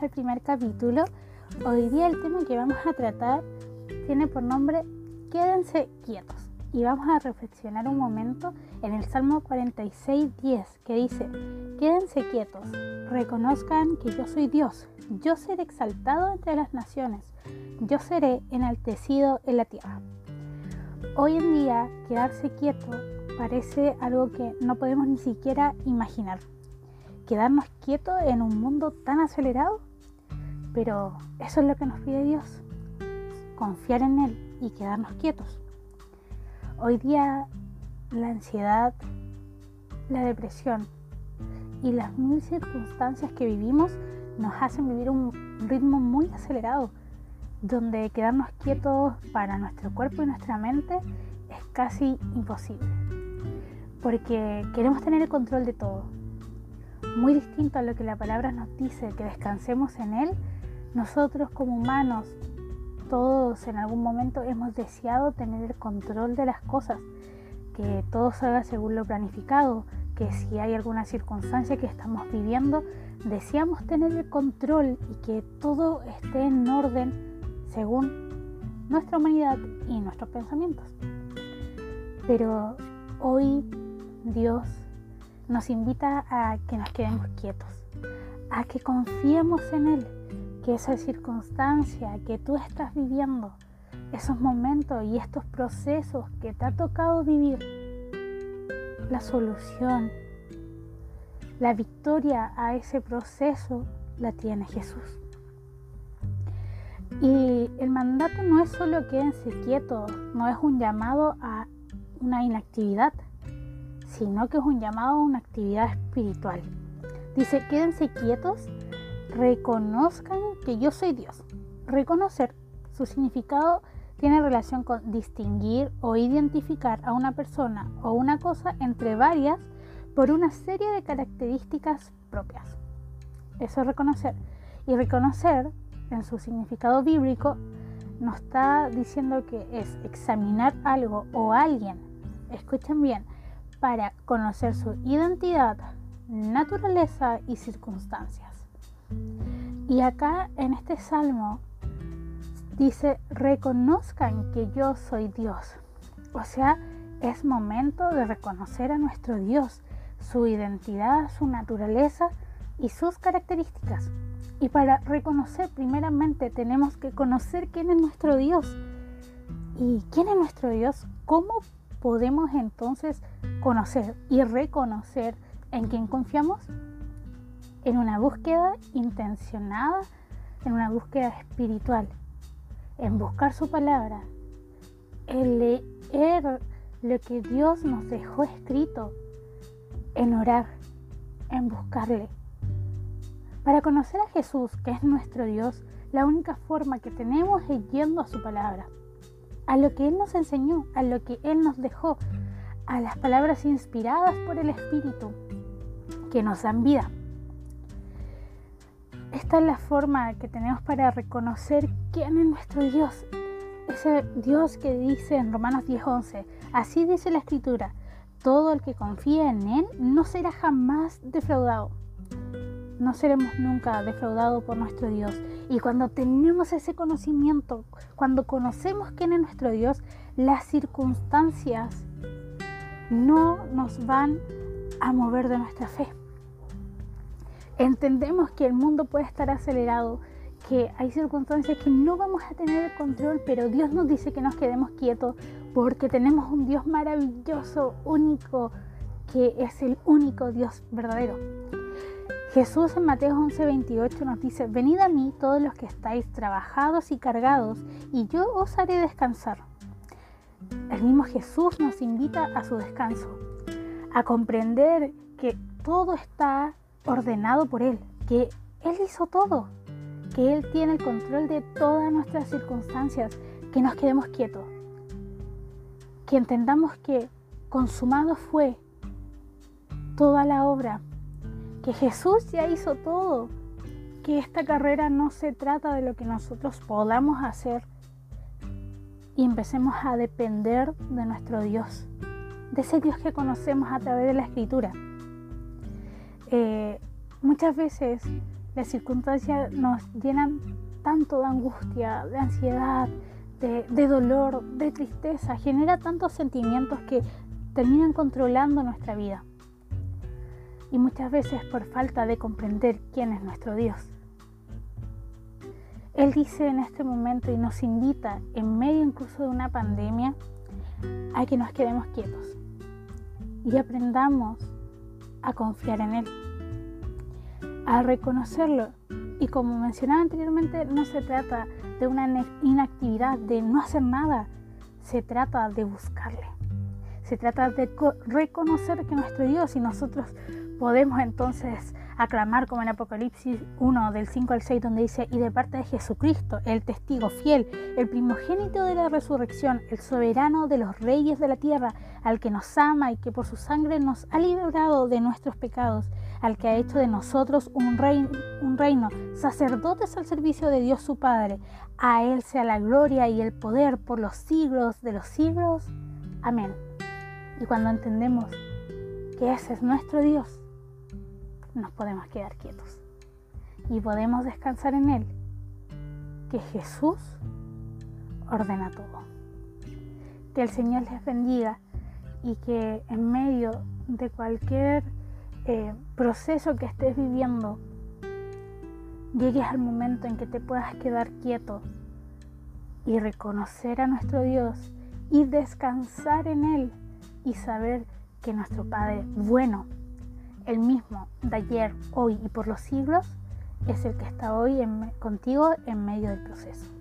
al primer capítulo. Hoy día el tema que vamos a tratar tiene por nombre Quédense quietos. Y vamos a reflexionar un momento en el Salmo 46:10, que dice: Quédense quietos, reconozcan que yo soy Dios, yo seré exaltado entre las naciones, yo seré enaltecido en la tierra. Hoy en día, quedarse quieto parece algo que no podemos ni siquiera imaginar. Quedarnos quietos en un mundo tan acelerado, pero eso es lo que nos pide Dios, confiar en Él y quedarnos quietos. Hoy día la ansiedad, la depresión y las mil circunstancias que vivimos nos hacen vivir un ritmo muy acelerado, donde quedarnos quietos para nuestro cuerpo y nuestra mente es casi imposible, porque queremos tener el control de todo. Muy distinto a lo que la palabra nos dice, que descansemos en Él, nosotros como humanos, todos en algún momento hemos deseado tener el control de las cosas, que todo salga según lo planificado, que si hay alguna circunstancia que estamos viviendo, deseamos tener el control y que todo esté en orden según nuestra humanidad y nuestros pensamientos. Pero hoy Dios nos invita a que nos quedemos quietos, a que confiemos en Él, que esa circunstancia que tú estás viviendo, esos momentos y estos procesos que te ha tocado vivir, la solución, la victoria a ese proceso la tiene Jesús. Y el mandato no es solo quédense quietos, no es un llamado a una inactividad, sino que es un llamado a una actividad espiritual. Dice: quédense quietos, reconozcan que yo soy Dios. Reconocer, su significado tiene relación con distinguir o identificar a una persona o una cosa entre varias por una serie de características propias. Eso es reconocer. Y reconocer, en su significado bíblico, nos está diciendo que es examinar algo o alguien, escuchen bien, para conocer su identidad, naturaleza y circunstancias. Y acá en este salmo dice: reconozcan que yo soy Dios. O sea, es momento de reconocer a nuestro Dios, su identidad, su naturaleza y sus características. Y para reconocer, primeramente tenemos que conocer quién es nuestro Dios. ¿Y quién es nuestro Dios? ¿Cómo podemos entonces conocer y reconocer en quién confiamos? En una búsqueda intencionada, en una búsqueda espiritual, en buscar su palabra, en leer lo que Dios nos dejó escrito, en orar, en buscarle. Para conocer a Jesús, que es nuestro Dios, la única forma que tenemos es yendo a su palabra, a lo que Él nos enseñó, a lo que Él nos dejó, a las palabras inspiradas por el Espíritu que nos dan vida. Esta es la forma que tenemos para reconocer quién es nuestro Dios. Ese Dios que dice en Romanos 10:11, así dice la Escritura: todo el que confía en Él no será jamás defraudado. No seremos nunca defraudados por nuestro Dios. Y cuando tenemos ese conocimiento, cuando conocemos quién es nuestro Dios, las circunstancias no nos van a mover de nuestra fe. Entendemos que el mundo puede estar acelerado, que hay circunstancias que no vamos a tener el control, pero Dios nos dice que nos quedemos quietos porque tenemos un Dios maravilloso, único, que es el único Dios verdadero. Jesús en Mateo 11:28 nos dice: venid a mí todos los que estáis trabajados y cargados, y yo os haré descansar. El mismo Jesús nos invita a su descanso, a comprender que todo está ordenado por Él, que Él hizo todo, que Él tiene el control de todas nuestras circunstancias, que nos quedemos quietos, que entendamos que consumado fue toda la obra, que Jesús ya hizo todo, que esta carrera no se trata de lo que nosotros podamos hacer, y empecemos a depender de nuestro Dios, de ese Dios que conocemos a través de la Escritura. Muchas veces las circunstancias nos llenan tanto de angustia, de ansiedad, de dolor, de tristeza, genera tantos sentimientos que terminan controlando nuestra vida. Y muchas veces por falta de comprender quién es nuestro Dios. Él dice en este momento y nos invita, en medio incluso de una pandemia, a que nos quedemos quietos y aprendamos a confiar en Él, a reconocerlo. Y como mencionaba anteriormente, no se trata de una inactividad, de no hacer nada, se trata de buscarle, se trata de reconocer que nuestro Dios, y nosotros podemos entonces aclamar como en Apocalipsis 1 del 5 al 6, donde dice: y de parte de Jesucristo, el testigo fiel, el primogénito de la resurrección, el soberano de los reyes de la tierra, al que nos ama y que por su sangre nos ha librado de nuestros pecados, al que ha hecho de nosotros un reino, sacerdotes al servicio de Dios su Padre. A Él sea la gloria y el poder por los siglos de los siglos. Amén. Y cuando entendemos que ese es nuestro Dios, nos podemos quedar quietos y podemos descansar en Él, que Jesús ordena todo. Que el Señor les bendiga y que en medio de cualquier proceso que estés viviendo, llegues al momento en que te puedas quedar quieto y reconocer a nuestro Dios y descansar en Él y saber que nuestro Padre bueno, el mismo de ayer, hoy y por los siglos, es el que está hoy contigo en medio del proceso.